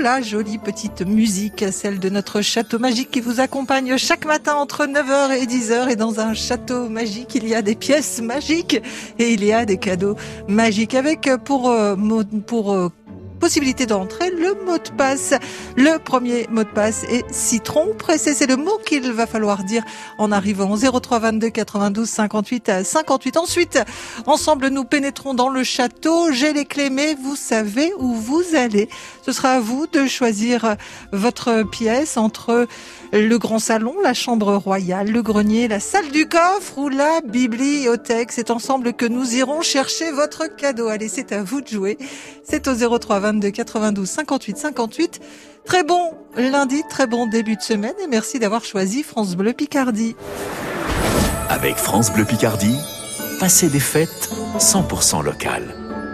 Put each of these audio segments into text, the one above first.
Voilà, jolie petite musique, celle de notre château magique qui vous accompagne chaque matin entre 9h et 10h. Et dans un château magique, il y a des pièces magiques et il y a des cadeaux magiques avec pour possibilité d'entrer, le mot de passe. Le premier mot de passe est citron pressé. C'est le mot qu'il va falloir dire en arrivant au 03 22 92 58 58. Ensuite, ensemble, nous pénétrons dans le château. J'ai les clés, mais vous savez où vous allez. Ce sera à vous de choisir votre pièce entre le grand salon, la chambre royale, le grenier, la salle du coffre ou la bibliothèque. C'est ensemble que nous irons chercher votre cadeau. Allez, c'est à vous de jouer. C'est au 03 22 92 58 58. Très bon lundi, très bon début de semaine et merci d'avoir choisi France Bleu Picardie. Avec France Bleu Picardie, passez des fêtes 100% locales.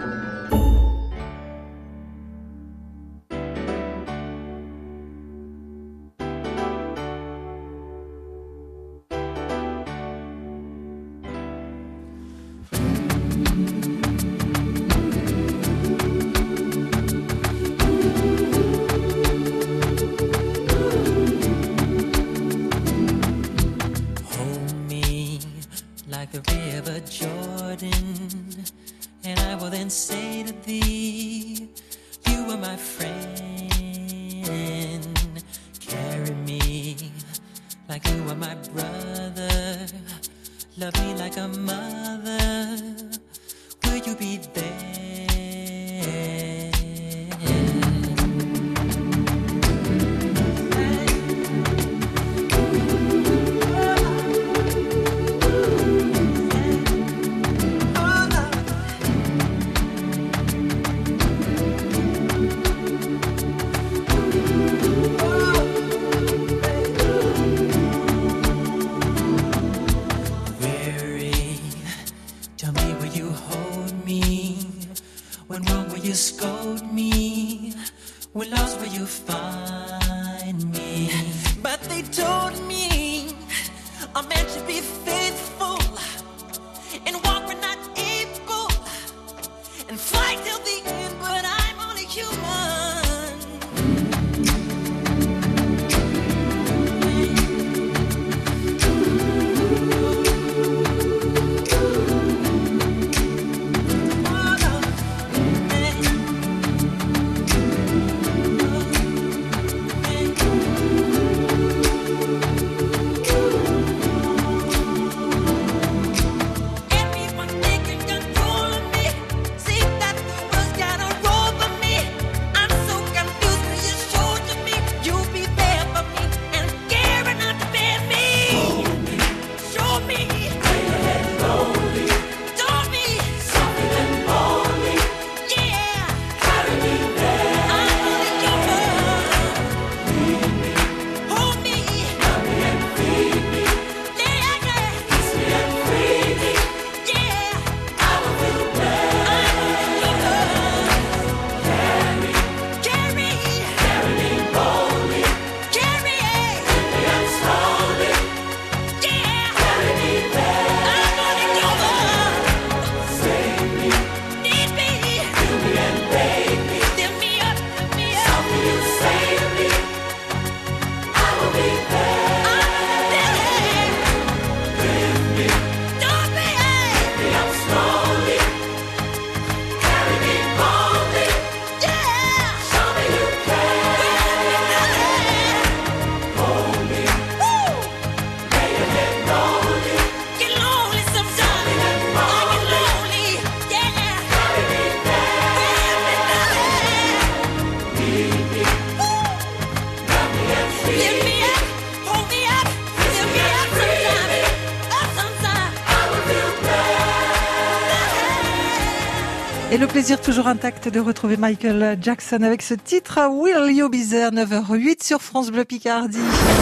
Et le plaisir toujours intact de retrouver Michael Jackson avec ce titre Will You Be There, 9h08 sur France Bleu Picardie.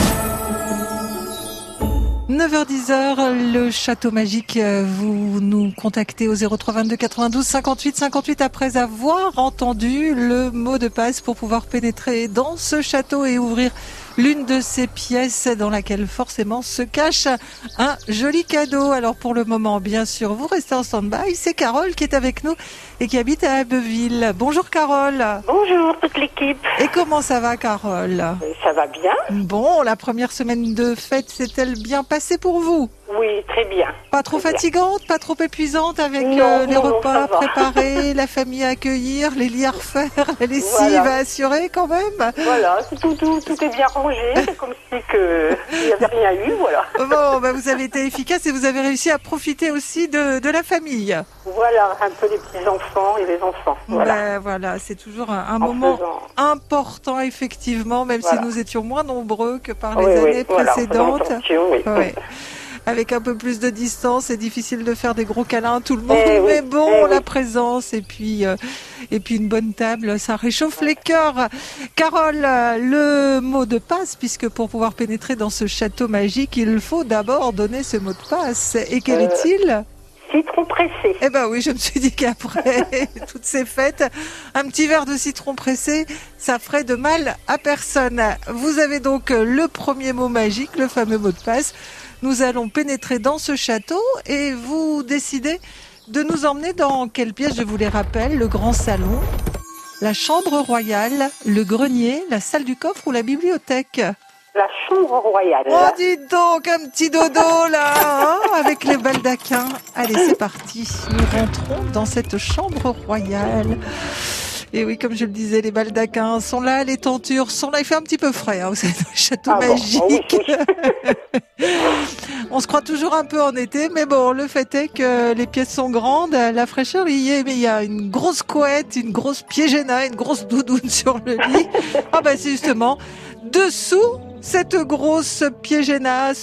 9h10, le château magique, vous nous contactez au 03 22 92 58 58 après avoir entendu le mot de passe pour pouvoir pénétrer dans ce château et ouvrir l'une de ces pièces dans laquelle forcément se cache un joli cadeau. Alors pour le moment, bien sûr, vous restez en stand-by. C'est Carole qui est avec nous et qui habite à Abbeville. Bonjour Carole. Bonjour toute l'équipe. Et comment ça va Carole? Ça va bien? Bon, la première semaine de fête s'est-elle bien passée pour vous? Oui, très bien. Pas trop fatigante, pas trop épuisante avec Non, les non, repas ça va. préparés, la famille à accueillir, les lits à refaire, la lessive à assurer quand même? Voilà, tout est bien rangé. C'est comme si il n'y avait rien eu, voilà. Bon, bah vous avez été efficace et vous avez réussi à profiter aussi de la famille. Voilà, un peu les petits-enfants et les enfants. Voilà. Ben, voilà, c'est toujours un moment important, effectivement, même si nous étions moins nombreux que par les années précédentes. Voilà, ouais. Avec un peu plus de distance, c'est difficile de faire des gros câlins à tout le monde, mais bon, la présence et puis une bonne table, ça réchauffe les cœurs. Carole, le mot de passe, puisque pour pouvoir pénétrer dans ce château magique, il faut d'abord donner ce mot de passe. Et quel est-il ? Citron pressé. Eh ben oui, je me suis dit qu'après toutes ces fêtes, un petit verre de citron pressé, ça ferait de mal à personne. Vous avez donc le premier mot magique, le fameux mot de passe. Nous allons pénétrer dans ce château et vous décidez de nous emmener dans quelle pièce, je vous les rappelle, le grand salon, la chambre royale, le grenier, la salle du coffre ou la bibliothèque. La chambre royale. Oh, dites donc, un petit dodo là, hein, avec les baldaquins. Allez, c'est parti. Nous rentrons dans cette chambre royale. Et oui, comme je le disais, les baldaquins sont là, les tentures sont là. Il fait un petit peu frais, hein, vous savez, le château magique. Oui. On se croit toujours un peu en été, mais bon, le fait est que les pièces sont grandes, la fraîcheur y est, mais il y a une grosse couette, une grosse piégéna, une grosse doudoune sur le lit. Ah ben c'est justement dessous cette grosse piégéna,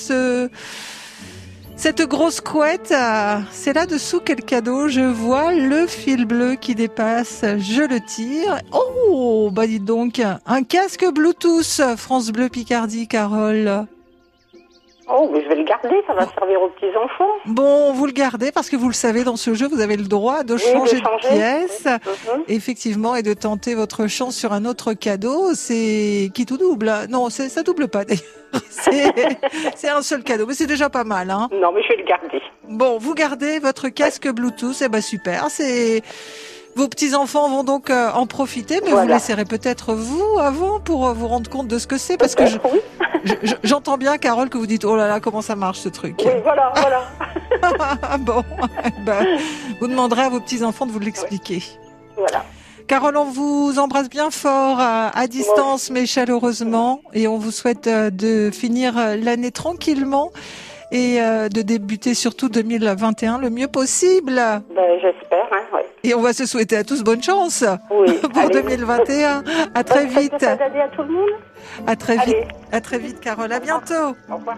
cette grosse couette, c'est là-dessous quel cadeau. Je vois le fil bleu qui dépasse, je le tire. Oh, bah dites donc, un casque Bluetooth, France Bleu Picardie, Carole. Oh, mais je vais le garder, ça va servir aux petits-enfants. Bon, vous le gardez parce que vous le savez, dans ce jeu, vous avez le droit de changer de pièce, effectivement, et de tenter votre chance sur un autre cadeau. C'est qui tout double. Non, ça double pas d'ailleurs. C'est un seul cadeau, mais c'est déjà pas mal, hein. Non, mais je vais le garder. Bon, vous gardez votre casque Bluetooth, eh ben super. Vos petits-enfants vont donc en profiter, mais vous laisserez peut-être vous avant pour vous rendre compte de ce que c'est, parce que j'entends bien, Carole, que vous dites « Oh là là, comment ça marche ce truc ?» Oui, voilà. Bon, vous demanderez à vos petits-enfants de vous l'expliquer. Voilà. Carole, on vous embrasse bien fort, à distance, mais chaleureusement, et on vous souhaite de finir l'année tranquillement et de débuter surtout 2021 le mieux possible. Ben, j'espère, hein, ouais. Et on va se souhaiter à tous bonne chance pour allez, 2021. À très vite. Bonne fête de fin d'année à tout le monde. À très vite. À très vite, Carole. À bientôt. Au revoir.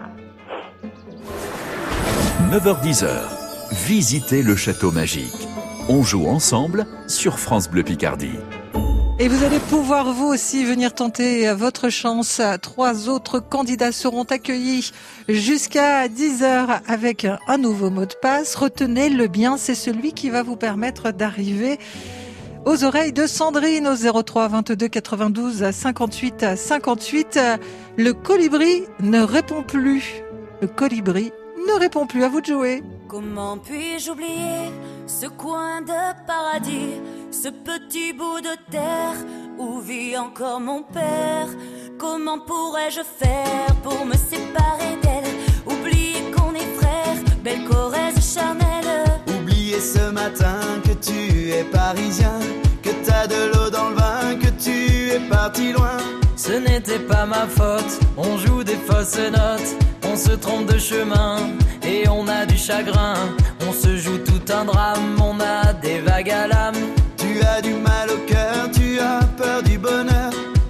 9h-10h. Visitez le château magique. On joue ensemble sur France Bleu Picardie. Et vous allez pouvoir vous aussi venir tenter votre chance. 3 autres candidats seront accueillis jusqu'à 10h avec un nouveau mot de passe. Retenez-le bien, c'est celui qui va vous permettre d'arriver aux oreilles de Sandrine au 03 22 92 58 58. Le colibri ne répond plus. Le colibri ne répond plus. À vous de jouer. Comment puis-je oublier ce coin de paradis, ce petit bout de terre où vit encore mon père? Comment pourrais-je faire pour me séparer d'elle? Oublier qu'on est frères, belle Corrèze charnelle. Oublier ce matin que tu es parisien, que t'as de l'eau dans le vin, que tu es parti loin. Ce n'était pas ma faute, on joue des fausses notes, on se trompe de chemin et on a du chagrin. On se joue tout un drame, on a des vagues à l'âme. Tu as du mal au cœur, tu as peur du bonheur.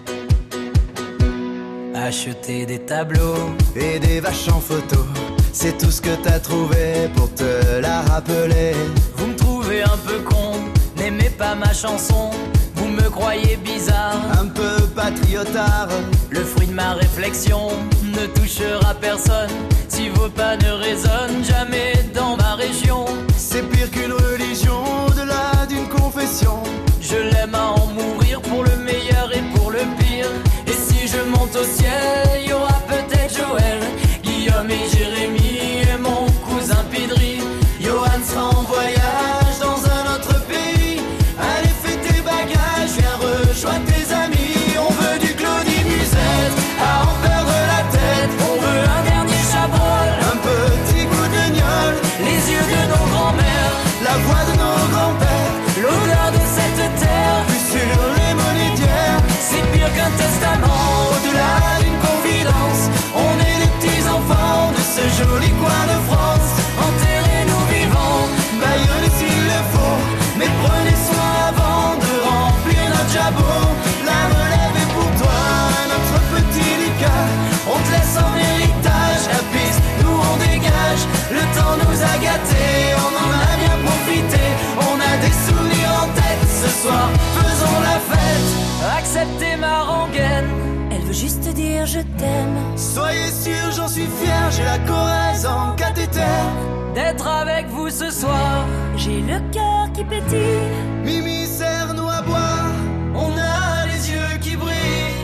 Acheter des tableaux et des vaches en photo, c'est tout ce que t'as trouvé pour te la rappeler. Vous me trouvez un peu con, n'aimez pas ma chanson. Vous me croyez bizarre, un peu patriotard. Le fruit de ma réflexion ne touchera personne si vos pas ne résonnent jamais dans ma région. C'est pire qu'une religion, au-delà d'une confession. Je l'aime à en mourir pour le meilleur et pour le pire. Et si je monte au ciel, sera en voyage dans un autre pays. Allez, fais tes bagages, viens rejoindre tes amis. On veut du Claudie Musette, à en perdre la tête. On veut un dernier chabrol, Un petit coup de gnôle, les yeux de nos grands-mères, la voix de nos grands-pères, l'odeur de cette terre. plus sur les monnaies d'hier. C'est pire qu'un testament. Au-delà d'une confidence, on est les petits enfants de ce joli coin de France. Enterrez-nous vivants, Baillonnez s'il le faut, mais prenez soin avant de remplir notre jabot. La relève est pour toi, notre petit Lucas. On te laisse en héritage la piste, nous on dégage. Le temps nous a gâtés, on en a bien profité. On a des souvenirs en tête, ce soir faisons la fête. acceptez ma rengaine. Elle veut juste dire je t'aime. Soyez sûrs, j'en suis fier, j'ai la Corrèze en cathéter. D'être avec vous ce soir, J'ai le cœur qui pétille. Mimi, serre-nous à boire, on a les yeux qui brillent.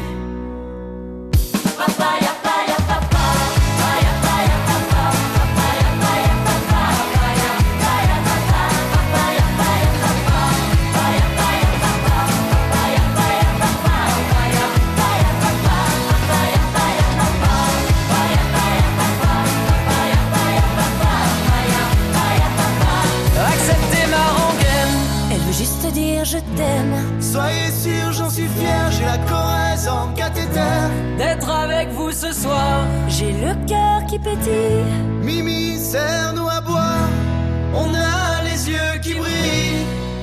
Papaya, paya, papa. Paya, paya, papa. Papaya, paya, papa. Paya, paya, papa. Papaya, paya, papa. Paya, paya, papa. Papaya, paya, papa. Paya, paya, papa. Papaya, paya, papa. Paya, paya, papa. Papaya, paya, papa. Paya, paya, papa. acceptez ma rengaine. Elle veut juste dire je t'aime. Soyez sûrs, j'en suis fier, j'ai la Corrèze en cathéter. D'être avec vous ce soir, J'ai le cœur qui pétille. Mimi, serre-nous à boire, on a les yeux qui brillent.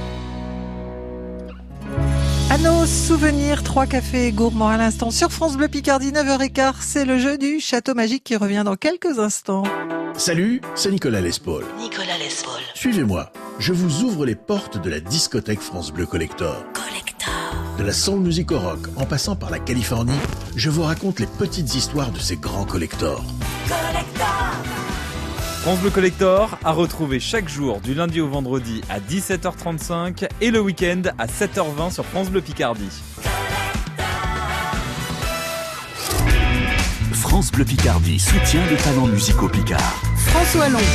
À nos souvenirs, 3 cafés gourmands à l'instant sur France Bleu Picardie, 9h15. C'est le jeu du Château Magique qui revient dans quelques instants. Salut, c'est Nicolas Lespaul. Nicolas Lespaul. Suivez-moi, je vous ouvre les portes de la discothèque France Bleu Collector. Collector. De la soul music au rock, en passant par la Californie, je vous raconte les petites histoires de ces grands collectors. France Bleu Collector à retrouver chaque jour du lundi au vendredi à 17h35 et le week-end à 7h20 sur France Bleu Picardie. France Bleu Picardie soutient les talents musicaux picards. François Long.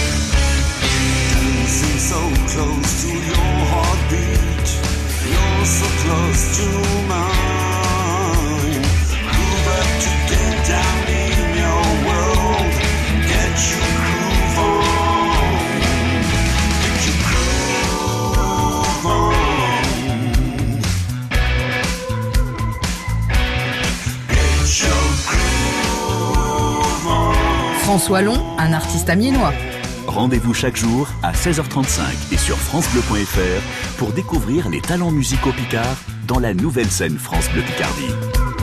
François Long, un artiste amiénois. Rendez-vous chaque jour à 16h35 et sur francebleu.fr pour découvrir les talents musicaux picards dans la nouvelle scène France Bleu Picardie.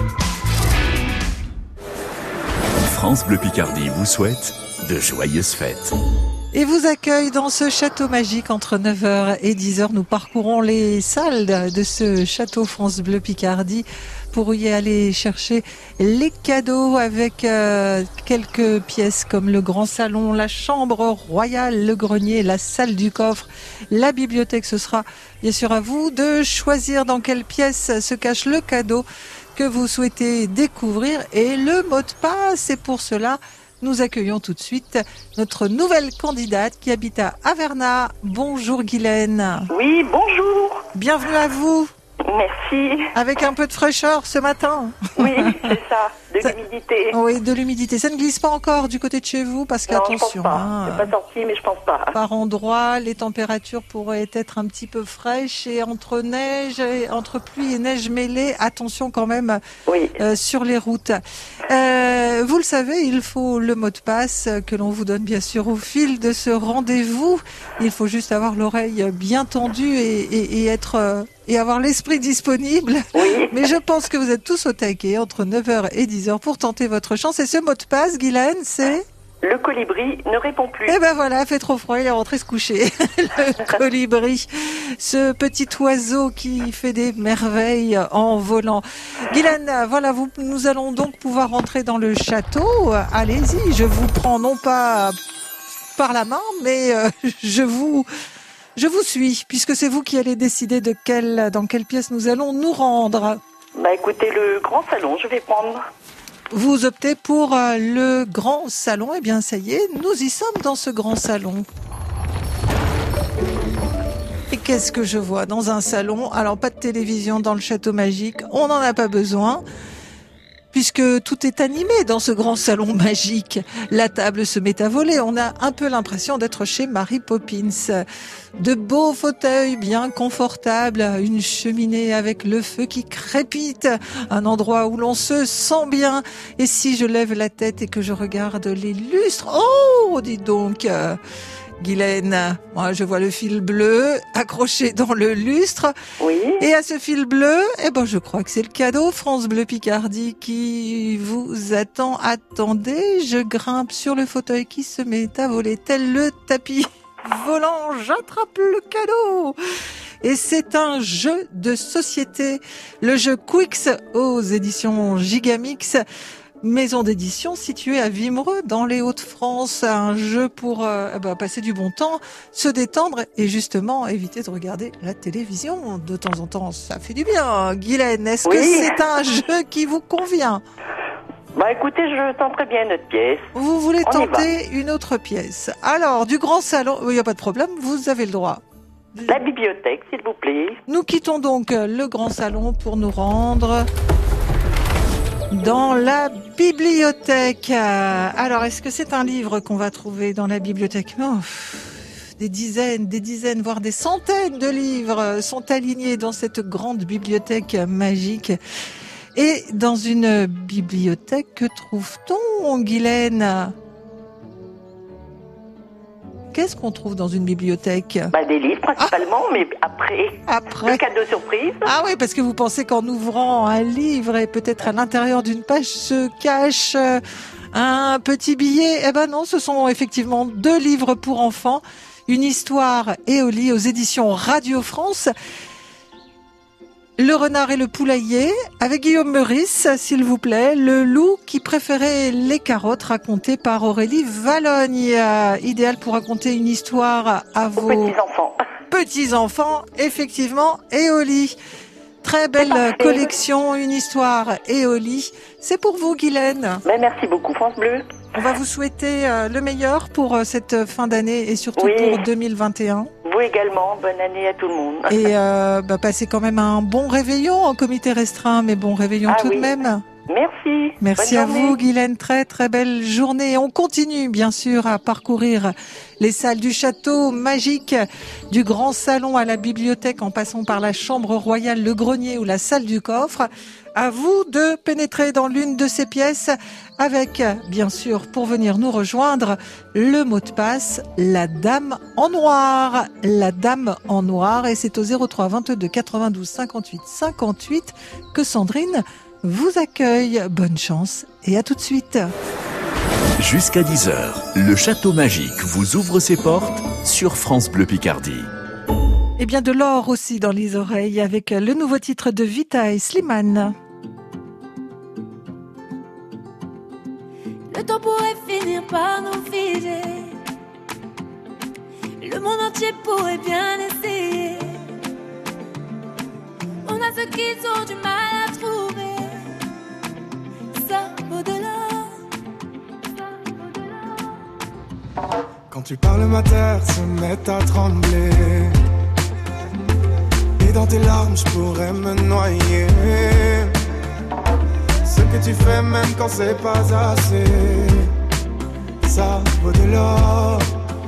France Bleu Picardie vous souhaite de joyeuses fêtes. Et vous accueille dans ce château magique entre 9h et 10h. Nous parcourons les salles de ce château France Bleu Picardie pour y aller chercher les cadeaux avec quelques pièces comme le grand salon, la chambre royale, le grenier, la salle du coffre, la bibliothèque. Ce sera bien sûr à vous de choisir dans quelle pièce se cache le cadeau que vous souhaitez découvrir et le mot de passe. Et pour cela, nous accueillons tout de suite notre nouvelle candidate qui habite à Averna. Bonjour Guylaine. Oui, bonjour. Bienvenue à vous. Merci. Avec un peu de fraîcheur ce matin. Oui, c'est ça, de l'humidité. Oui, de l'humidité. Ça ne glisse pas encore du côté de chez vous parce Non, qu'attention, je pense pas. C'est pas sorti, mais je pense pas. par endroits, les températures pourraient être un petit peu fraîches et entre pluie et neige mêlée, attention quand même Oui. sur les routes. Vous le savez, il faut le mot de passe que l'on vous donne bien sûr au fil de ce rendez-vous. Il faut juste avoir l'oreille bien tendue et avoir l'esprit disponible. Oui. Mais je pense que vous êtes tous au taquet entre 9h et 10h pour tenter votre chance. Et ce mot de passe, Guylaine, c'est... Le colibri ne répond plus. Eh ben voilà, fait trop froid, il est rentré se coucher. Le colibri, ce petit oiseau qui fait des merveilles en volant. Guylaine, voilà, nous allons donc pouvoir rentrer dans le château. Allez-y, je vous prends non pas par la main, mais je vous suis, puisque c'est vous qui allez décider dans quelle pièce nous allons nous rendre. Bah écoutez, le grand salon, je vais prendre. Vous optez pour le grand salon. Eh bien, ça y est, nous y sommes dans ce grand salon. Et qu'est-ce que je vois dans un salon? Alors, pas de télévision dans le château magique, on n'en a pas besoin, puisque tout est animé dans ce grand salon magique. La table se met à voler, on a un peu l'impression d'être chez Mary Poppins. De beaux fauteuils bien confortables, une cheminée avec le feu qui crépite, un endroit où l'on se sent bien. Et si je lève la tête et que je regarde les lustres, oh, dis donc Guylaine, moi je vois le fil bleu accroché dans le lustre. Oui. Et à ce fil bleu, je crois que c'est le cadeau France Bleu Picardie qui vous attend. Attendez, je grimpe sur le fauteuil qui se met à voler tel le tapis volant, j'attrape le cadeau. Et c'est un jeu de société, le jeu Quix aux éditions Gigamix. Maison d'édition située à Wimereux dans les Hauts-de-France, un jeu pour passer du bon temps, se détendre et justement éviter de regarder la télévision de temps en temps. Ça fait du bien. Guylaine, est-ce que c'est un jeu qui vous convient? Écoutez, je tenterai bien notre pièce. Vous voulez tenter une autre pièce? Alors, du grand salon, il n'y a pas de problème, vous avez le droit. La bibliothèque, s'il vous plaît. Nous quittons donc le grand salon pour nous rendre dans la bibliothèque. Alors, est-ce que c'est un livre qu'on va trouver dans la bibliothèque? Des dizaines, voire des centaines de livres sont alignés dans cette grande bibliothèque magique. Et dans une bibliothèque, que trouve-t-on, Guylaine? Qu'est-ce qu'on trouve dans une bibliothèque? Des livres principalement, mais après, le cadeau surprise. Ah oui, parce que vous pensez qu'en ouvrant un livre et peut-être à l'intérieur d'une page se cache un petit billet. Non, ce sont effectivement 2 livres pour enfants. Une histoire Éolie aux éditions Radio France. Le renard et le poulailler, avec Guillaume Meurice, s'il vous plaît. Le loup qui préférait les carottes, raconté par Aurélie Valogne. Idéal pour raconter une histoire à vos petits-enfants, effectivement, Éolie. Très belle collection, une histoire Éolie. C'est pour vous, Guylaine. Merci beaucoup, France Bleu. On va vous souhaiter le meilleur pour cette fin d'année et surtout pour 2021. Vous également, bonne année à tout le monde. Et passez quand même un bon réveillon en comité restreint, mais bon réveillon tout de même. Merci. Merci à vous, Guylaine. Très, très belle journée. On continue, bien sûr, à parcourir les salles du château magique, du grand salon à la bibliothèque, en passant par la chambre royale, le grenier ou la salle du coffre. À vous de pénétrer dans l'une de ces pièces avec, bien sûr, pour venir nous rejoindre, le mot de passe, la dame en noir. La dame en noir. Et c'est au 03 22 92 58 58 que Sandrine vous accueille. Bonne chance et à tout de suite. Jusqu'à 10h, le Château Magique vous ouvre ses portes sur France Bleu Picardie. Et bien de l'or aussi dans les oreilles avec le nouveau titre de Vita et Slimane. Le temps pourrait finir par nous figer. Le monde entier pourrait bien essayer. On a ceux qui ont du mal à trouver. Ça vaut de l'or. Quand tu parles, ma terre se met à trembler. Et dans tes larmes, je pourrais me noyer. Ce que tu fais, même quand c'est pas assez, ça vaut de l'or.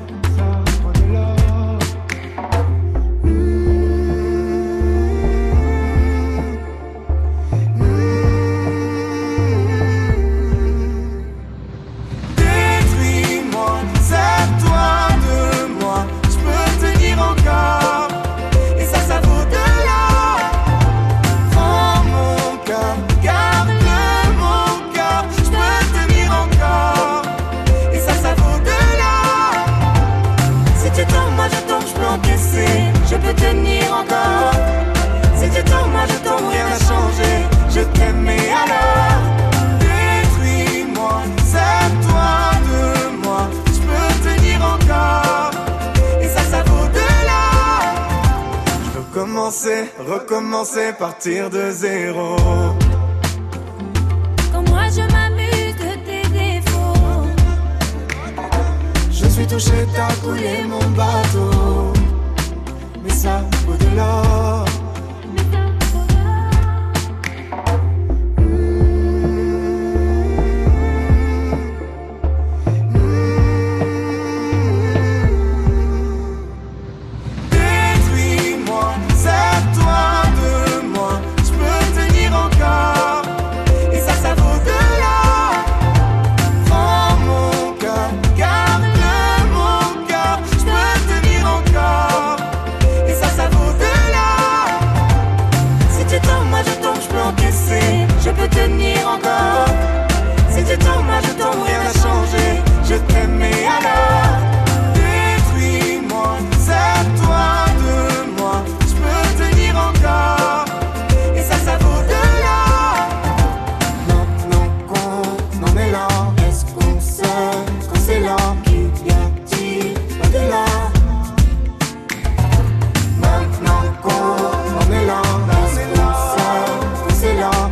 Je peux tenir encore. Si tu tombes, moi je tombe, rien n'a changé. Je t'aime et alors détruis-moi, sers-toi de moi. Je peux tenir encore. Et ça vaut de l'or. Je veux commencer, recommencer, partir de zéro. Quand moi je m'amuse de tes défauts. Je suis touché, t'as coulé mon bateau. Mais ça au-delà. Je peux tenir encore. Si tu tombes, moi je tombe, rien n'a changé. Je t'aime, mais alors détruis-moi, sers-toi de moi. Je peux tenir encore. Et ça vaut de là. Maintenant qu'on en est là, est-ce qu'on sait quand c'est là? Qu'y a-t-il au-delà? Maintenant qu'on en est là, est-ce qu'on sait quand c'est là?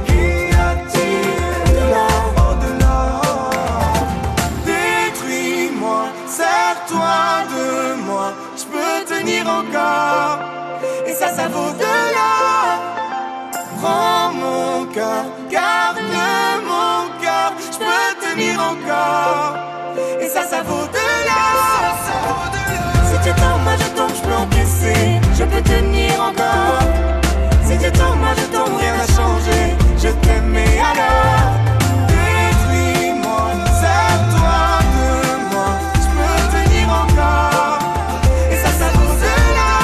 Encore. Et ça vaut de là. Prends mon cœur, garde mon cœur. Je peux tenir encore. Et ça vaut de là. Si tu tombes, moi je tombe, je peux encaisser. Je peux tenir encore. Si tu tombes, moi je tombe, rien n'a changé. Je t'aime, mais alors détruis-moi, sers-toi de moi. Je peux tenir encore. Et ça vaut de là.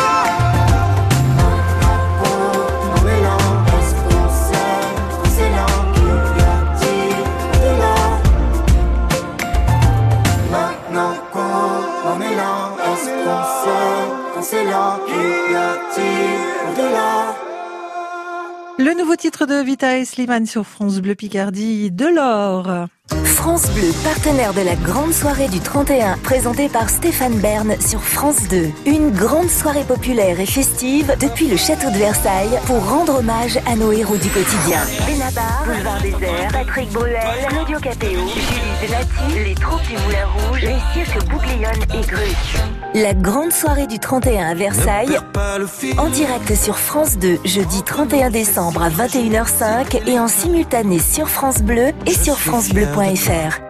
Le nouveau titre de Vita et Slimane sur France Bleu Picardie, de l'or. France Bleu, partenaire de la grande soirée du 31, présentée par Stéphane Bern sur France 2. Une grande soirée populaire et festive depuis le château de Versailles pour rendre hommage à nos héros du quotidien. Benabar, Boulevard Désert, Patrick Bruel, Claudio Capéo, Julie Zenati, les troupes du Moulin Rouge, les cirques Bouglione et Grue. La grande soirée du 31 à Versailles, en direct sur France 2, jeudi 31 décembre à 21h05 et en simultané sur France Bleu et sur francebleu.fr.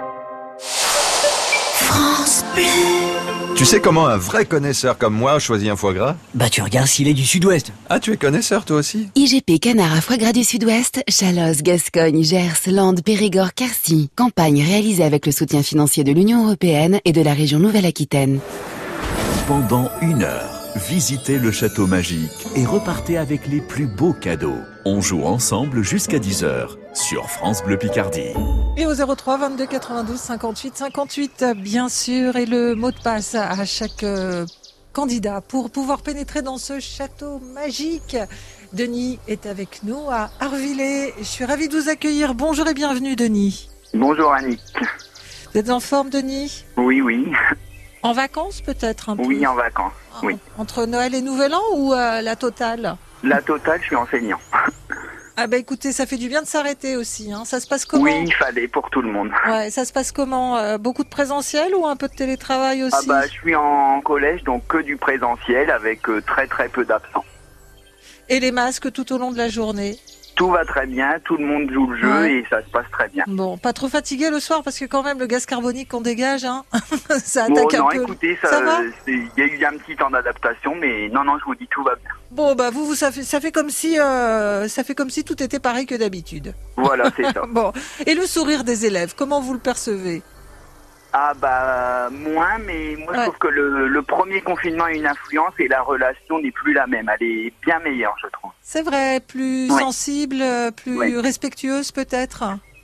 France Bleu. Tu sais comment un vrai connaisseur comme moi choisit un foie gras? Bah tu regardes s'il est du Sud-Ouest. Ah, tu es connaisseur toi aussi? IGP Canard à foie gras du Sud-Ouest, Chalosse, Gascogne, Gers, Landes, Périgord, Quercy. Campagne réalisée avec le soutien financier de l'Union Européenne et de la région Nouvelle-Aquitaine. Pendant 1 heure, visitez le château magique et repartez avec les plus beaux cadeaux. On joue ensemble jusqu'à 10h sur France Bleu Picardie. Et au 03 22 92 58 58, bien sûr, et le mot de passe à chaque candidat pour pouvoir pénétrer dans ce château magique. Denis est avec nous à Arvillers. Je suis ravie de vous accueillir. Bonjour et bienvenue, Denis. Bonjour, Annick. Vous êtes en forme, Denis? Oui, oui. En vacances peut-être un peu? Oui, en vacances, oui. Entre Noël et Nouvel An ou la totale? La totale, je suis enseignant. Ah bah écoutez, ça fait du bien de s'arrêter aussi, hein. Ça se passe comment? Oui, il fallait pour tout le monde. Ouais, ça se passe comment? Beaucoup de présentiel ou un peu de télétravail aussi? Ah bah je suis en collège, donc que du présentiel avec très très peu d'absents. Et les masques tout au long de la journée? Tout va très bien, tout le monde joue le jeu et ça se passe très bien. Bon, pas trop fatigué le soir parce que quand même le gaz carbonique qu'on dégage, hein, ça attaque un peu. Non, écoutez, ça va? Il y a eu un petit temps d'adaptation, mais non, je vous dis, tout va bien. Bon, bah vous ça fait comme si tout était pareil que d'habitude. Voilà, c'est ça. Bon, et le sourire des élèves, comment vous le percevez? Ah bah moins, mais moi je trouve que le premier confinement a une influence et la relation n'est plus la même. Elle est bien meilleure, je trouve. C'est vrai, plus sensible, plus respectueuse peut-être.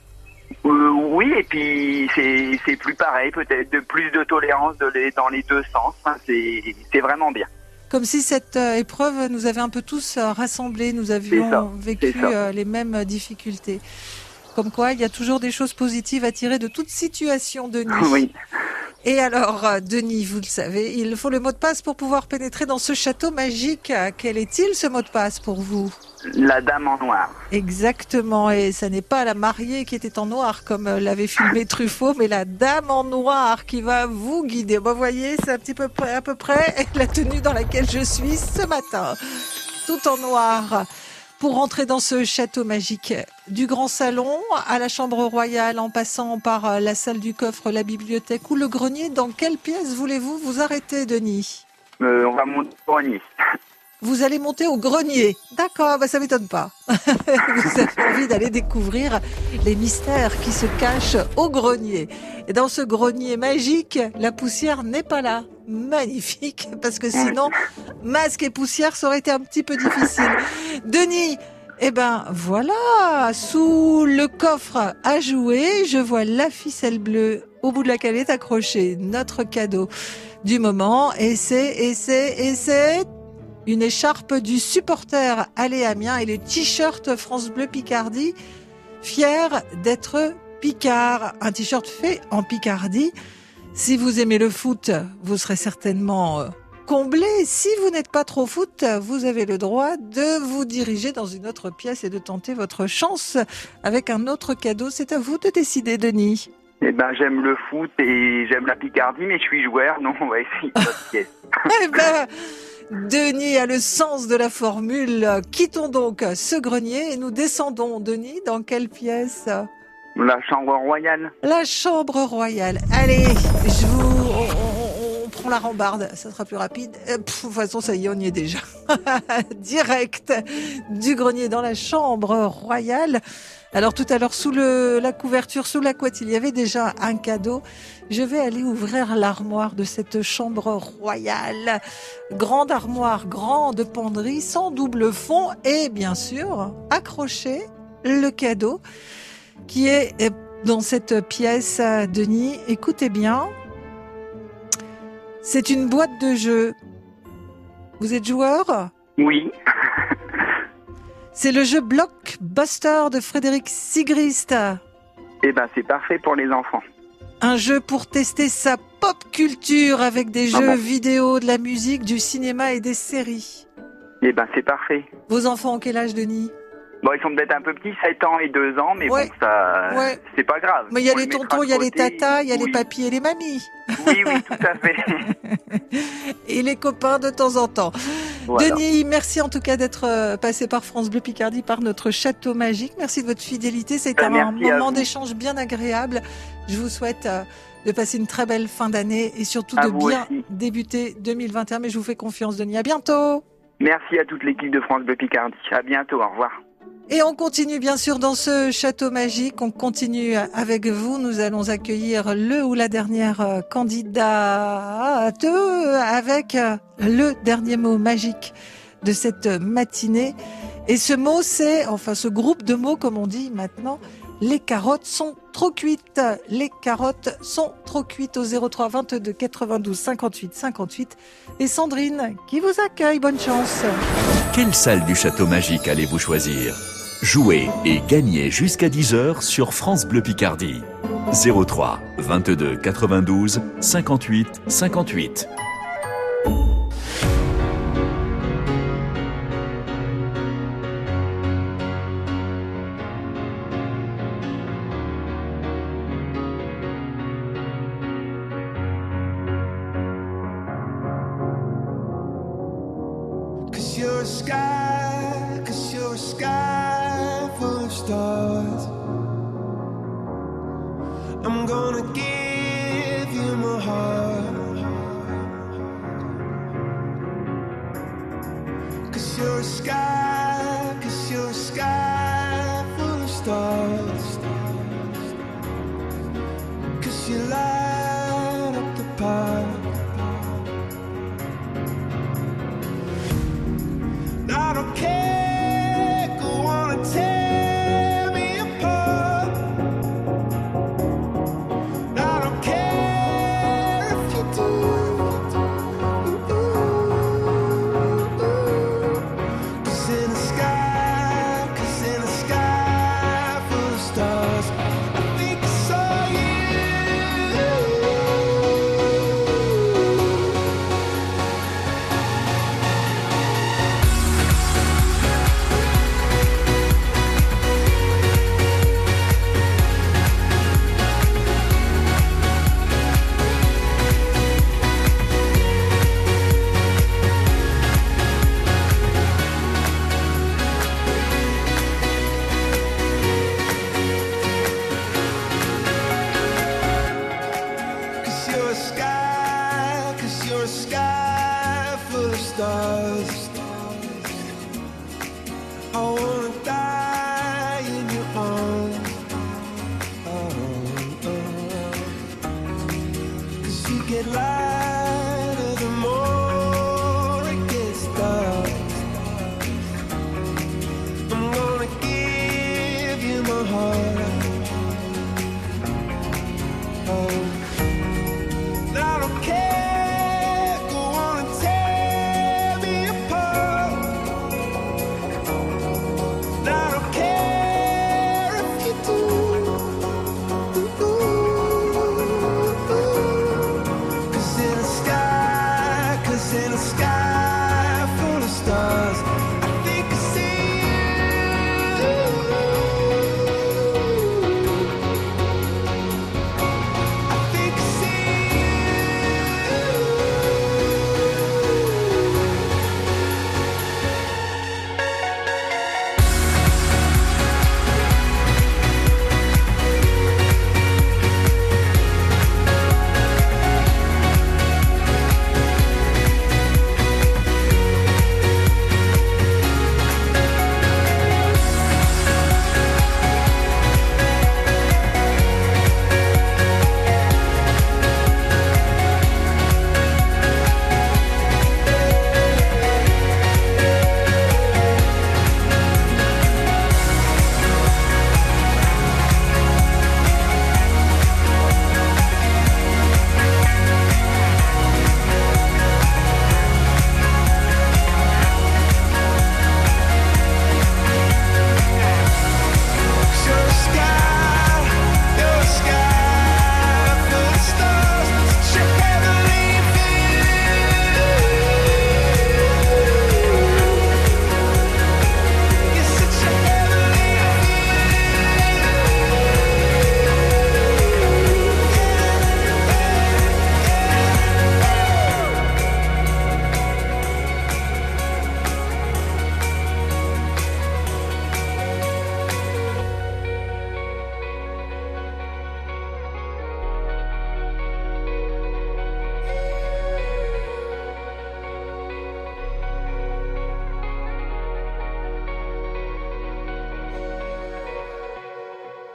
Oui, et puis c'est plus pareil, peut-être de plus de tolérance dans les deux sens. Enfin, c'est vraiment bien. Comme si cette épreuve nous avait un peu tous rassemblés, nous avions vécu les mêmes difficultés. Comme quoi, il y a toujours des choses positives à tirer de toute situation, Denis. Oui. Et alors, Denis, vous le savez, il faut le mot de passe pour pouvoir pénétrer dans ce château magique. Quel est-il, ce mot de passe pour vous ? La dame en noir. Exactement, et ça n'est pas la mariée qui était en noir comme l'avait filmé Truffaut, mais la dame en noir qui va vous guider. Vous voyez, c'est un petit peu près, à peu près la tenue dans laquelle je suis ce matin, tout en noir. Pour rentrer dans ce château magique, du grand salon à la chambre royale, en passant par la salle du coffre, la bibliothèque ou le grenier, dans quelle pièce voulez-vous vous arrêter, Denis ? On va monter au grenier. Vous allez monter au grenier. D'accord, ça m'étonne pas. Vous avez envie d'aller découvrir les mystères qui se cachent au grenier. Et dans ce grenier magique, la poussière n'est pas là. Magnifique, parce que sinon, masque et poussière, ça aurait été un petit peu difficile. Denis, voilà, sous le coffre à jouer, je vois la ficelle bleue au bout de laquelle est accroché notre cadeau du moment. Et c'est une écharpe du supporter Allez Amiens et le t-shirt France Bleu Picardie, fier d'être Picard. Un t-shirt fait en Picardie. Si vous aimez le foot, vous serez certainement comblé. Si vous n'êtes pas trop foot, vous avez le droit de vous diriger dans une autre pièce et de tenter votre chance avec un autre cadeau. C'est à vous de décider, Denis. J'aime le foot et j'aime la Picardie, mais je suis joueur, non, on va essayer une autre pièce. Denis a le sens de la formule. Quittons donc ce grenier et nous descendons, Denis, dans quelle pièce ? La chambre royale. La chambre royale. Allez, on prend la rambarde, ça sera plus rapide. De toute façon, ça y est, on y est déjà. Direct du grenier dans la chambre royale. Alors tout à l'heure, sous la couverture, sous la couette, il y avait déjà un cadeau. Je vais aller ouvrir l'armoire de cette chambre royale. Grande armoire, grande penderie, sans double fond et bien sûr, accroché le cadeau qui est dans cette pièce, Denis. Écoutez bien. C'est une boîte de jeux. Vous êtes joueur ? Oui. C'est le jeu Blockbuster de Frédéric Sigrist. C'est parfait pour les enfants. Un jeu pour tester sa pop culture avec des jeux vidéo, de la musique, du cinéma et des séries. C'est parfait. Vos enfants ont quel âge, Denis ? Ils sont peut-être un peu petits, 7 ans et 2 ans, mais c'est pas grave. Mais il y a les tontons, il y a les tatas, il y a les papis et les mamies. Oui, tout à fait. Et les copains de temps en temps. Voilà. Denis, merci en tout cas d'être passé par France Bleu Picardie, par notre château magique. Merci de votre fidélité. C'était un moment d'échange bien agréable. Je vous souhaite de passer une très belle fin d'année et surtout de bien débuter 2021. Mais je vous fais confiance, Denis. À bientôt. Merci à toute l'équipe de France Bleu Picardie. À bientôt. Au revoir. Et on continue bien sûr dans ce château magique, on continue avec vous. Nous allons accueillir le ou la dernière candidate avec le dernier mot magique de cette matinée. Et ce mot, ce groupe de mots comme on dit maintenant, les carottes sont trop cuites. Les carottes sont trop cuites au 03 22 92 58 58. Et Sandrine qui vous accueille, bonne chance. Quelle salle du château magique allez-vous choisir ? Jouez et gagnez jusqu'à 10h sur France Bleu Picardie. 03 22 92 58 58. I'm gonna give you my heart, 'cause you're a sky full of stars, 'cause you light up the park. I don't care, go on and tear me apart. I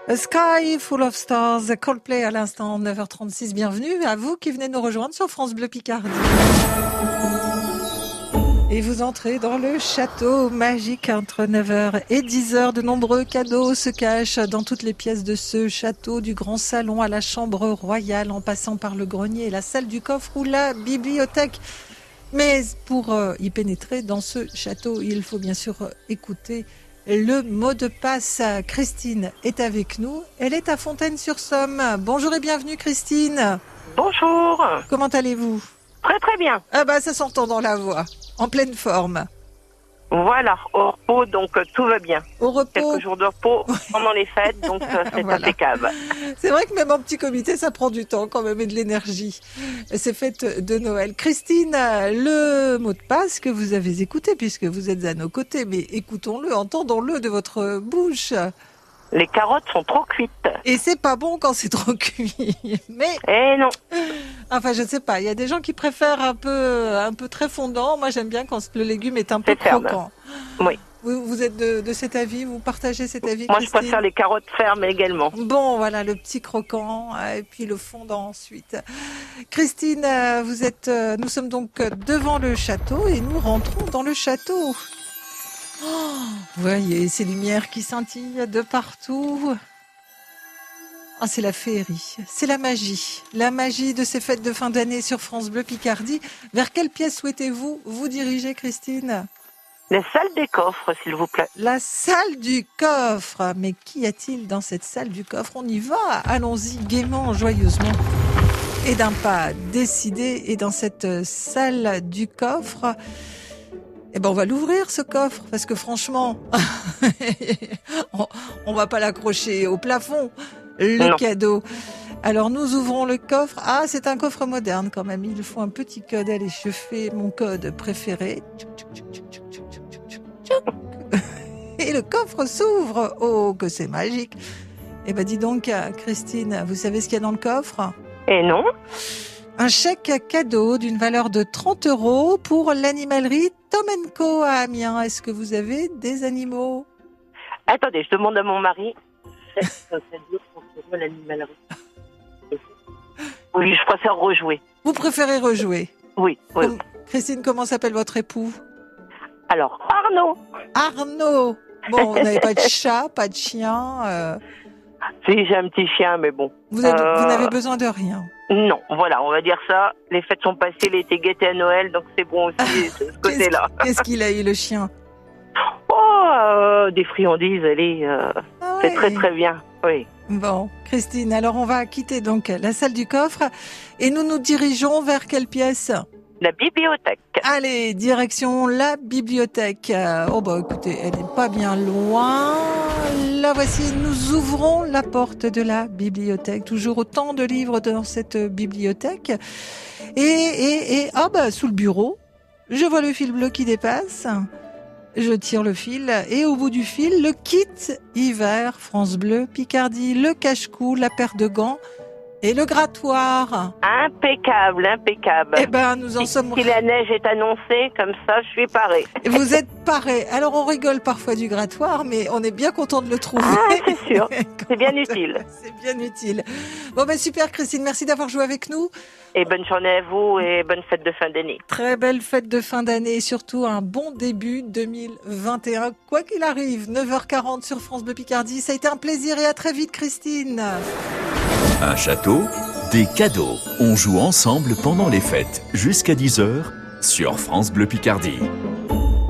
A Sky Full of Stars, Coldplay à l'instant, 9h36. Bienvenue à vous qui venez nous rejoindre sur France Bleu Picardie. Et vous entrez dans le château magique entre 9h et 10h. De nombreux cadeaux se cachent dans toutes les pièces de ce château, du grand salon à la chambre royale, en passant par le grenier, la salle du coffre ou la bibliothèque. Mais pour y pénétrer dans ce château, il faut bien sûr écouter le mot de passe. Christine est avec nous. Elle est à Fontaine-sur-Somme. Bonjour et bienvenue Christine. Bonjour. Comment allez-vous ? Très très bien. Ah bah ça s'entend dans la voix. En pleine forme. Voilà, au repos, donc tout va bien. Au repos. Quelques jours de repos pendant les fêtes, donc c'est voilà. impeccable. C'est vrai que même en petit comité, ça prend du temps quand même et de l'énergie. Ces fêtes de Noël. Christine, le mot de passe que vous avez écouté, puisque vous êtes à nos côtés, mais écoutons-le, entendons-le de votre bouche. Les carottes sont trop cuites. Et c'est pas bon quand c'est trop cuit. Mais. Eh non. Enfin, je ne sais pas. Il y a des gens qui préfèrent un peu très fondant. Moi, j'aime bien quand le légume est un peu croquant. Oui. Vous êtes de cet avis? Vous partagez cet avis, Moi, Christine? je préfère les carottes fermes également. Bon, voilà, le petit croquant et puis le fondant ensuite. Christine, nous sommes donc devant le château et nous rentrons dans le château. Oh, vous voyez ces lumières qui scintillent de partout. Ah, c'est la féerie, c'est la magie de ces fêtes de fin d'année sur France Bleu Picardie. Vers quelle pièce souhaitez-vous vous diriger, Christine? La salle des coffres, s'il vous plaît. La salle du coffre. Mais qu'y a-t-il dans cette salle du coffre? On y va, allons-y gaiement, joyeusement. Et d'un pas décidé, et dans cette salle du coffre... Eh ben, on va l'ouvrir, ce coffre, parce que franchement, on va pas l'accrocher au plafond, le cadeau. Alors, nous ouvrons le coffre. Ah, c'est un coffre moderne, quand même. Il faut un petit code. Allez, je fais mon code préféré. Et le coffre s'ouvre. Oh, que c'est magique. Eh ben, dis donc, Christine, vous savez ce qu'il y a dans le coffre? Eh non. Un chèque cadeau d'une valeur de 30 € pour l'animalerie Tom & Co à Amiens. Est-ce que vous avez des animaux? Attendez, je demande à mon mari. C'est dur pour l'animalerie. Oui, je préfère rejouer. Vous préférez rejouer? Oui. Christine, comment s'appelle votre époux? Alors, Arnaud. Arnaud. Bon, vous n'avez pas de chat, pas de chien Si, j'ai un petit chien, mais bon. Vous n'avez besoin de rien? Non, voilà, on va dire ça. Les fêtes sont passées, il était gâté à Noël, donc c'est bon aussi de ce côté-là. Qu'est-ce qu'il a eu, le chien? Oh, des friandises, allez, c'est très très bien, oui. Bon, Christine, alors on va quitter donc la salle du coffre et nous nous dirigeons vers quelle pièce? La bibliothèque. Allez, direction la bibliothèque. Oh bah écoutez, elle n'est pas bien loin. La voici, nous ouvrons la porte de la bibliothèque. Toujours autant de livres dans cette bibliothèque. Et ah bah sous le bureau, je vois le fil bleu qui dépasse. Je tire le fil et au bout du fil, le kit hiver France Bleu Picardie, le cache-cou, la paire de gants et le grattoir. Impeccable. Eh ben, nous en sommes... Si la neige est annoncée, comme ça, je suis parée. Vous êtes parée. Alors, on rigole parfois du grattoir, mais on est bien content de le trouver. Ah, c'est sûr. C'est bien utile. C'est bien utile. Bon, ben, super, Christine. Merci d'avoir joué avec nous. Et bonne journée à vous et bonne fête de fin d'année. Très belle fête de fin d'année et surtout un bon début 2021. Quoi qu'il arrive, 9h40 sur France Bleu Picardie. Ça a été un plaisir et à très vite, Christine. Un château, des cadeaux. On joue ensemble pendant les fêtes jusqu'à 10h sur France Bleu Picardie.